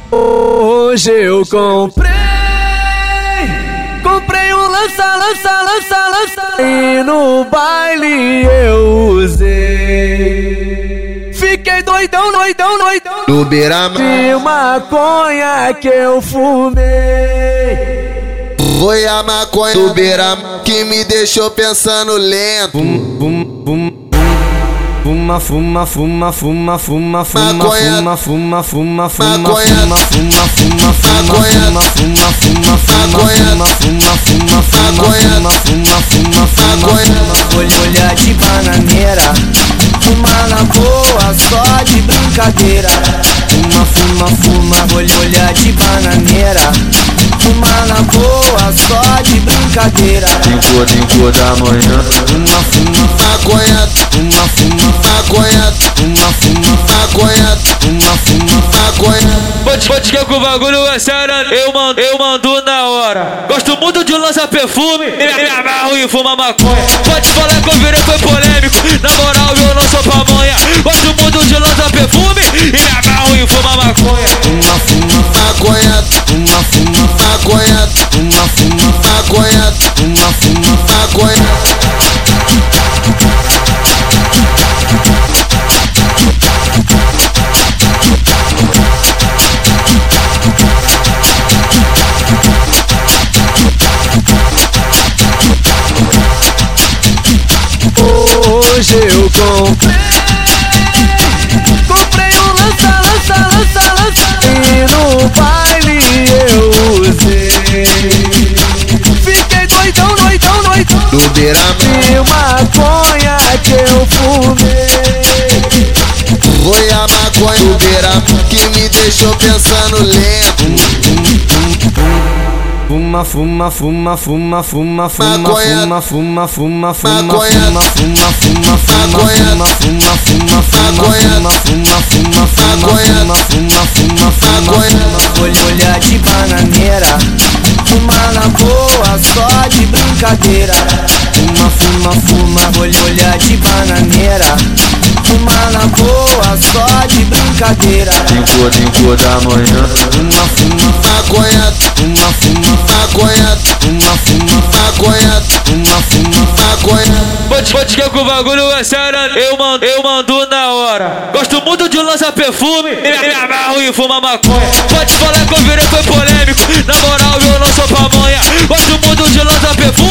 Hoje eu comprei um lança e no baile eu usei. Fiquei doidão do beira-mar. de maconha que eu fumei. Foi a maconha do beira-mar que me deixou pensando lento. Fuma, fuma, fuma, fuma, fuma, fuma, maconha, fuma, fuma, fuma, maconha, fuma, fuma, fuma, maconha, fuma, fuma, maconha, maconha, folha de bananeira, fuma na boa, só de brincadeira. Fuma, folha de bananeira, fuma na boa, só de brincadeira. 5 da manhã. Fuma, Maconha, maconha, maconha, maconha. Pode que o bagulho é sério, eu mando na hora. Gosto muito de lançar perfume, me amarro e fuma maconha. Pode falar que eu virei foi polêmico, na moral eu não sou pamonha. Gosto muito de lançar perfume e me amarro e fuma maconha. Maconha, maconha, maconha, maconha. hoje eu comprei um lança e no baile eu usei. Fiquei doidão do beira-mar. de maconha que eu fumei. Foi a maconha do beira-mar que me deixou pensando lento. Fuma, fuma, fuma, fuma, fuma, fuma, maconha, fuma, fuma, fuma, maconha, fuma, fuma, fuma, maconha, fuma, fuma, maconha, maconha, folha de bananeira, fuma na boa, só de brincadeira. Fuma, folha de bananeira, fuma na boa, só de brincadeira. 5 da manhã. Maconha, maconha, maconha, maconha. Pode que o bagulho é sério, eu mando na hora. Gosto muito de lançar perfume, me amarro e fuma maconha. Pode falar que eu virei foi polêmico, na moral eu não sou pamonha. Gosto muito de lançar perfume